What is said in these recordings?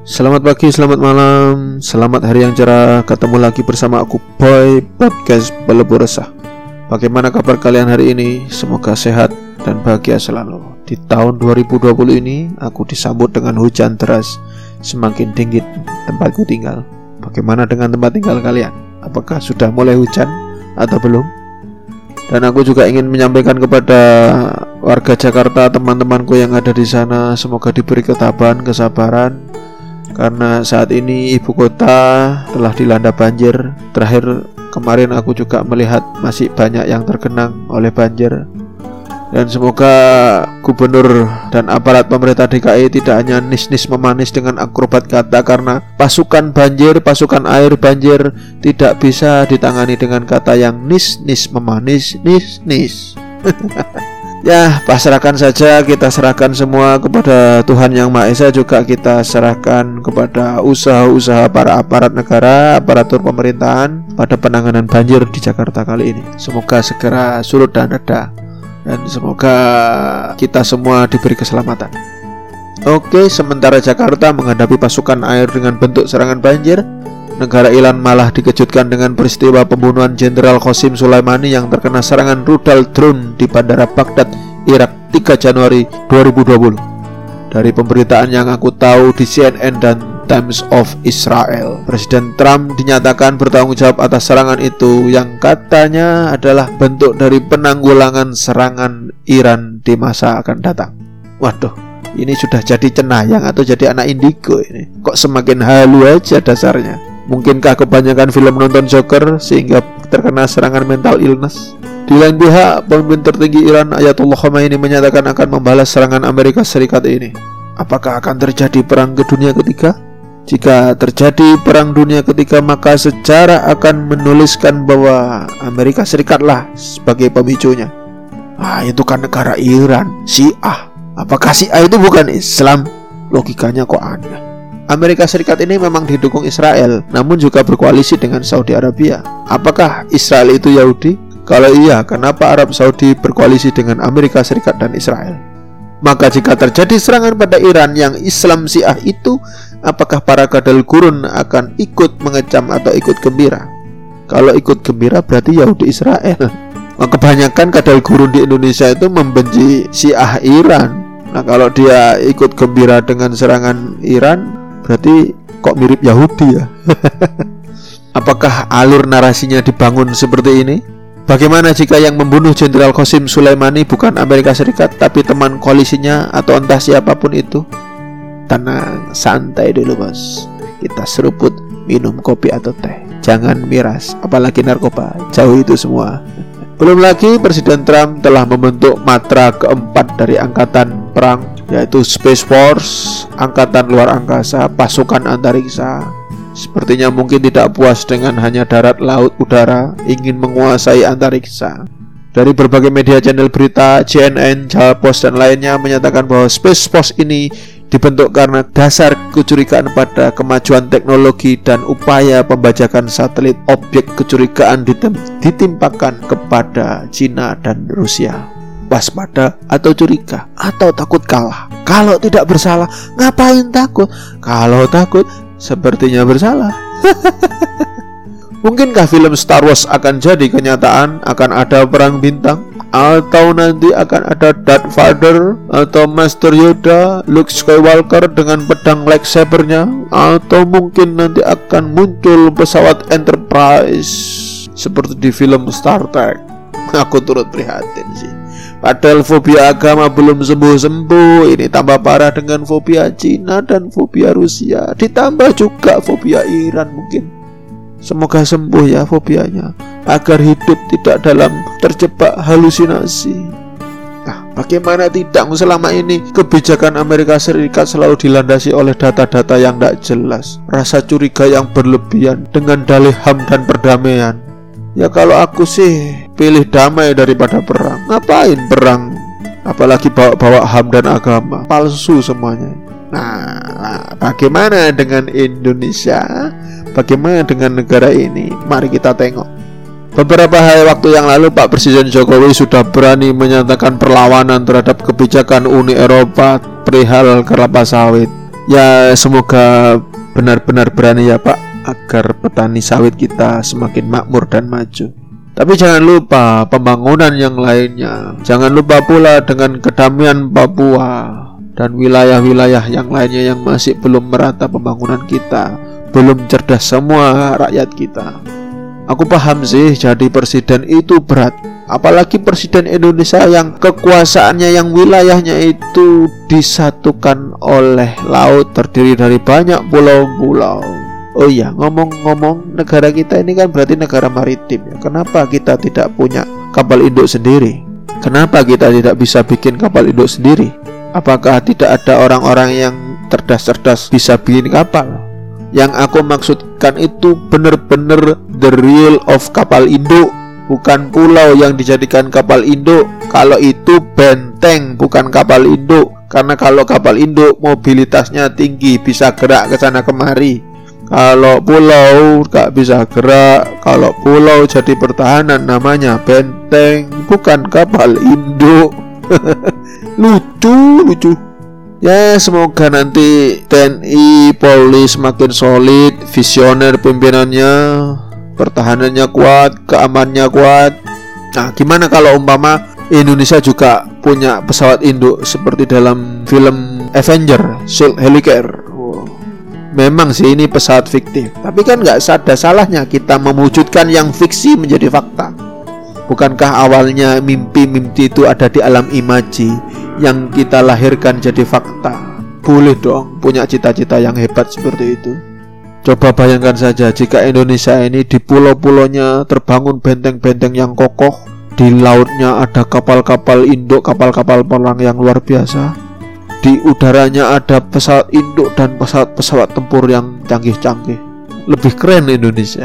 Selamat pagi, selamat malam, selamat hari yang cerah. Ketemu lagi bersama aku Boy Podcast Belebu Resah. Bagaimana kabar kalian hari ini? Semoga sehat dan bahagia selalu. Di tahun 2020 ini aku disambut dengan hujan deras semakin tinggi tempatku tinggal. Bagaimana dengan tempat tinggal kalian? Apakah sudah mulai hujan atau belum? Dan aku juga ingin menyampaikan kepada warga Jakarta, teman-temanku yang ada di sana, semoga diberi ketabahan, kesabaran. Karena saat ini ibu kota telah dilanda banjir. Terakhir kemarin aku juga melihat masih banyak yang tergenang oleh banjir. Dan semoga gubernur dan aparat pemerintah DKI tidak hanya nis-nis memanis dengan akrobat kata, karena pasukan banjir, pasukan air banjir tidak bisa ditangani dengan kata yang nis-nis memanis, nis-nis. Ya, pasrahkan saja, kita serahkan semua kepada Tuhan Yang Maha Esa. Juga kita serahkan kepada usaha-usaha para aparat negara, aparatur pemerintahan pada penanganan banjir di Jakarta kali ini. Semoga segera surut dan reda, dan semoga kita semua diberi keselamatan. Oke, sementara Jakarta menghadapi pasukan air dengan bentuk serangan banjir, negara Iran malah dikejutkan dengan peristiwa pembunuhan Jenderal Qasim Soleimani yang terkena serangan rudal drone di Bandara Baghdad, Irak 3 Januari 2020. Dari pemberitaan yang aku tahu di CNN dan Times of Israel, Presiden Trump dinyatakan bertanggung jawab atas serangan itu yang katanya adalah bentuk dari penanggulangan serangan Iran di masa akan datang. Waduh, ini sudah jadi cenayang atau jadi anak indigo ini? Kok semakin halu aja dasarnya? Mungkinkah kebanyakan film nonton Joker sehingga terkena serangan mental illness? Di lain pihak, pemimpin tertinggi Iran Ayatollah Khomeini menyatakan akan membalas serangan Amerika Serikat ini. Apakah akan terjadi perang dunia ketiga? Jika terjadi perang dunia ketiga, maka sejarah akan menuliskan bahwa Amerika Serikatlah sebagai pemicunya. Itu kan negara Iran, Syiah. Apakah Syiah itu bukan Islam? Logikanya kok aneh. Amerika Serikat ini memang didukung Israel, namun juga berkoalisi dengan Saudi Arabia. Apakah Israel itu Yahudi? Kalau iya, kenapa Arab Saudi berkoalisi dengan Amerika Serikat dan Israel? Maka jika terjadi serangan pada Iran yang Islam Syiah itu, apakah para kadal gurun akan ikut mengecam atau ikut gembira? Kalau ikut gembira berarti Yahudi Israel. Kebanyakan kadal gurun di Indonesia itu membenci Syiah Iran. Nah, kalau dia ikut gembira dengan serangan Iran, berarti kok mirip Yahudi ya? Apakah alur narasinya dibangun seperti ini? Bagaimana jika yang membunuh Jenderal Qasim Soleimani bukan Amerika Serikat, tapi teman koalisinya atau entah siapapun itu? Tenang, santai dulu bos. Kita seruput, minum kopi atau teh. Jangan miras, apalagi narkoba. Jauh itu semua. Belum lagi Presiden Trump telah membentuk matra keempat dari angkatan perang, yaitu Space Force, angkatan luar angkasa, pasukan antariksa. Sepertinya mungkin tidak puas dengan hanya darat, laut, udara, ingin menguasai antariksa. Dari berbagai media channel berita, CNN, Jawa Post dan lainnya menyatakan bahwa Space Force ini dibentuk karena dasar kecurigaan pada kemajuan teknologi dan upaya pembajakan satelit objek kecurigaan ditimpakan kepada Cina dan Rusia. Waspada atau curiga atau takut kalah? Kalau tidak bersalah, ngapain takut? Kalau takut, sepertinya bersalah. Mungkinkah film Star Wars akan jadi kenyataan? Akan ada perang bintang? Atau nanti akan ada Darth Vader atau Master Yoda, Luke Skywalker dengan pedang lightsabernya? Atau mungkin nanti akan muncul pesawat Enterprise seperti di film Star Trek? Aku turut prihatin sih. Padahal fobia agama belum sembuh-sembuh, ini tambah parah dengan fobia Cina dan fobia Rusia, ditambah juga fobia Iran mungkin. Semoga sembuh ya fobianya, agar hidup tidak dalam terjebak halusinasi. Nah, bagaimana tidak selama ini kebijakan Amerika Serikat selalu dilandasi oleh data-data yang tidak jelas, rasa curiga yang berlebihan dengan dalih HAM dan perdamaian. Ya kalau aku sih pilih damai daripada perang. Ngapain perang? Apalagi bawa-bawa HAM dan agama, palsu semuanya. Nah, bagaimana dengan Indonesia? Bagaimana dengan negara ini? Mari kita tengok. Beberapa hari waktu yang lalu Pak Presiden Jokowi sudah berani menyatakan perlawanan terhadap kebijakan Uni Eropa perihal kelapa sawit. Ya semoga benar-benar berani ya Pak, agar petani sawit kita semakin makmur dan maju. Tapi jangan lupa pembangunan yang lainnya. Jangan lupa pula dengan kedamaian Papua dan wilayah-wilayah yang lainnya yang masih belum merata pembangunan kita, belum cerdas semua rakyat kita. Aku paham sih jadi presiden itu berat, apalagi presiden Indonesia yang kekuasaannya, yang wilayahnya itu disatukan oleh laut, terdiri dari banyak pulau-pulau. Oh iya, ngomong-ngomong, negara kita ini kan berarti negara maritim ya. Kenapa kita tidak punya kapal induk sendiri? Kenapa kita tidak bisa bikin kapal induk sendiri? Apakah tidak ada orang-orang yang cerdas-cerdas bisa bikin kapal? Yang aku maksudkan itu benar-benar the real of kapal induk, bukan pulau yang dijadikan kapal induk. Kalau itu benteng, bukan kapal induk. Karena kalau kapal induk mobilitasnya tinggi, bisa gerak ke sana kemari. Kalau pulau gak bisa gerak. Kalau pulau jadi pertahanan, namanya benteng, bukan kapal induk. Lucu. Ya semoga nanti TNI Polri semakin solid, visioner pimpinannya, pertahanannya kuat, keamanannya kuat. Nah gimana kalau umpama Indonesia juga punya pesawat induk seperti dalam film Avenger, Shield Helicarrier. Memang sih ini pesawat fiktif, tapi kan gak ada salahnya kita mewujudkan yang fiksi menjadi fakta. Bukankah awalnya mimpi-mimpi itu ada di alam imaji yang kita lahirkan jadi fakta? Boleh dong punya cita-cita yang hebat seperti itu. Coba bayangkan saja jika Indonesia ini di pulau-pulaunya terbangun benteng-benteng yang kokoh, di lautnya ada kapal-kapal induk, kapal-kapal perang yang luar biasa, di udaranya ada pesawat induk dan pesawat-pesawat tempur yang canggih-canggih. Lebih keren Indonesia.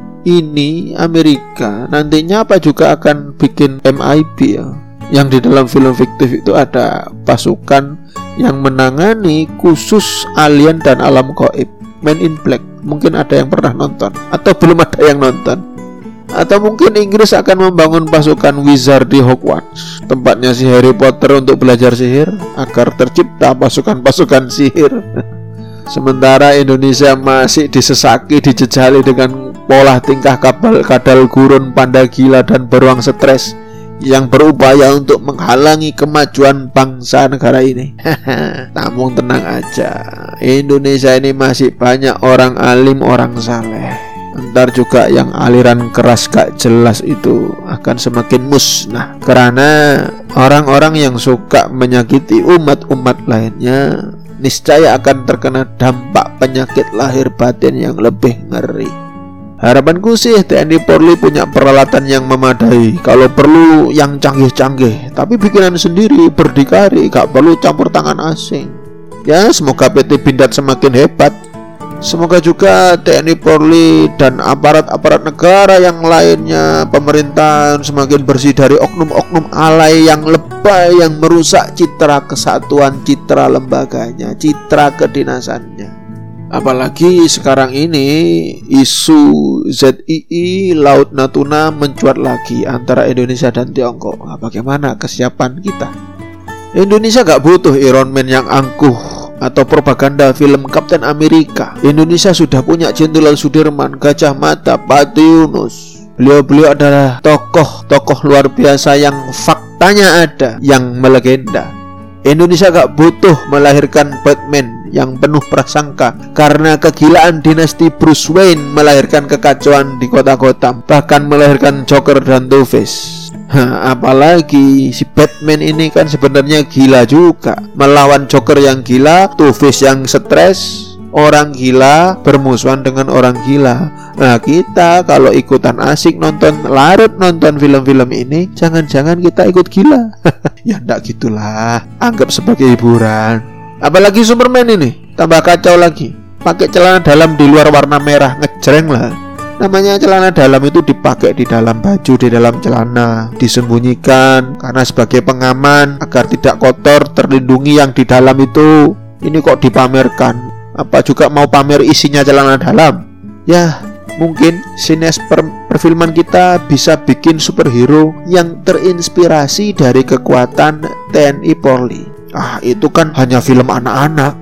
Ini Amerika nantinya apa juga akan bikin MIB ya, yang di dalam film fiktif itu ada pasukan yang menangani khusus alien dan alam gaib, Men in Black. Mungkin ada yang pernah nonton atau belum ada yang nonton. Atau mungkin Inggris akan membangun pasukan wizard di Hogwarts, tempatnya si Harry Potter untuk belajar sihir, agar tercipta pasukan-pasukan sihir. Sementara Indonesia masih disesaki, dijejali dengan pola tingkah kadal gurun, panda gila, dan beruang stres yang berupaya untuk menghalangi kemajuan bangsa negara ini. Namun tenang aja, Indonesia ini masih banyak orang alim, orang saleh. Ntar juga yang aliran keras gak jelas itu akan semakin musnah, karena orang-orang yang suka menyakiti umat-umat lainnya niscaya akan terkena dampak penyakit lahir batin yang lebih ngeri. Harapanku sih TNI Polri punya peralatan yang memadai, kalau perlu yang canggih-canggih, tapi bikinan sendiri, berdikari, gak perlu campur tangan asing. Ya semoga PT Pindad semakin hebat. Semoga juga TNI Polri dan aparat-aparat negara yang lainnya, pemerintahan, semakin bersih dari oknum-oknum alay yang lebay, yang merusak citra kesatuan, citra lembaganya, citra kedinasannya. Apalagi sekarang ini isu ZII Laut Natuna mencuat lagi antara Indonesia dan Tiongkok. Nah, bagaimana kesiapan kita? Indonesia gak butuh Iron Man yang angkuh atau propaganda film Kapten Amerika. Indonesia sudah punya Jenderal Sudirman, Gajah Mada, Pak Yunus. Beliau adalah tokoh luar biasa yang faktanya ada, yang melegenda. Indonesia gak butuh melahirkan Batman yang penuh prasangka, karena kegilaan dinasti Bruce Wayne melahirkan kekacauan di kota Gotham, bahkan melahirkan Joker dan Two-Face. Apalagi si Batman ini kan sebenarnya gila juga, melawan Joker yang gila, Two-Face yang stres, orang gila bermusuhan dengan orang gila. Nah kita kalau ikutan asik larut nonton film-film ini, jangan-jangan kita ikut gila. Ya enggak gitulah, anggap sebagai hiburan. Apalagi Superman ini tambah kacau lagi, pakai celana dalam di luar warna merah, ngejreng lah. Namanya celana dalam itu dipakai di dalam baju, di dalam celana, disembunyikan karena sebagai pengaman agar tidak kotor, terlindungi yang di dalam itu. Ini kok dipamerkan? Apa juga mau pamer isinya celana dalam? Ya mungkin sineas perfilman kita bisa bikin superhero yang terinspirasi dari kekuatan TNI Polri. Itu kan hanya film anak-anak.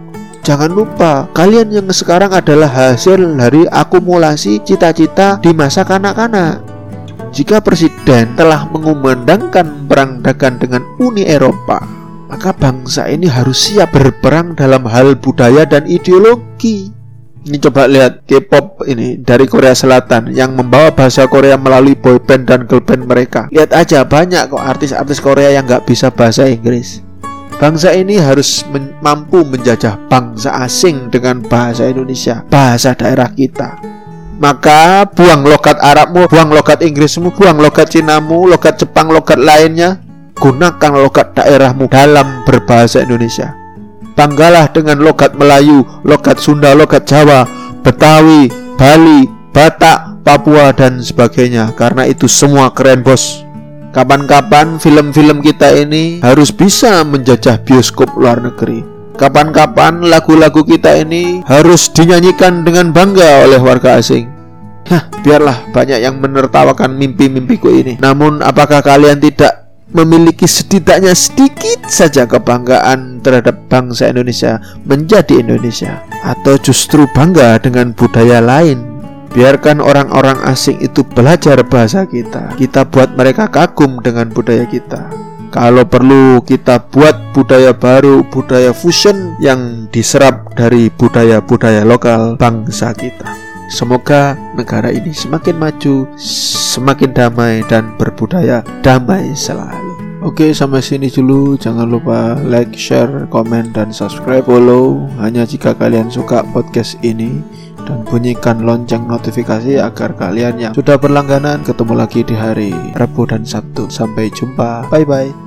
jangan lupa kalian yang sekarang adalah hasil dari akumulasi cita-cita di masa kanak-kanak. Jika presiden telah mengumandangkan perang dagang dengan Uni Eropa, maka bangsa ini harus siap berperang dalam hal budaya dan ideologi. Ini coba lihat K-pop ini dari Korea Selatan yang membawa bahasa Korea melalui boyband dan girlband mereka. Lihat aja, banyak kok artis-artis Korea yang gak bisa bahasa Inggris. Bangsa ini harus mampu menjajah bangsa asing dengan bahasa Indonesia, bahasa daerah kita. Maka buang logat Arabmu, buang logat Inggrismu, buang logat Cinamu, logat Jepang, logat lainnya. Gunakan logat daerahmu dalam berbahasa Indonesia. Banggalah dengan logat Melayu, logat Sunda, logat Jawa, Betawi, Bali, Batak, Papua, dan sebagainya. Karena itu semua keren, bos. Kapan-kapan film-film kita ini harus bisa menjajah bioskop luar negeri. Kapan-kapan lagu-lagu kita ini harus dinyanyikan dengan bangga oleh warga asing. Biarlah banyak yang menertawakan mimpi-mimpiku ini. Namun apakah kalian tidak memiliki setidaknya sedikit saja kebanggaan terhadap bangsa Indonesia menjadi Indonesia? Atau justru bangga dengan budaya lain? Biarkan orang-orang asing itu belajar bahasa kita. Kita buat mereka kagum dengan budaya kita. Kalau perlu kita buat budaya baru, budaya fusion yang diserap dari budaya-budaya lokal bangsa kita. Semoga negara ini semakin maju, semakin damai, dan berbudaya damai selalu. Oke, sampai sini dulu. Jangan lupa like, share, komen, dan subscribe, follow hanya jika kalian suka podcast ini. Dan bunyikan lonceng notifikasi agar kalian yang sudah berlangganan ketemu lagi di hari Rabu dan Sabtu. Sampai jumpa, bye bye.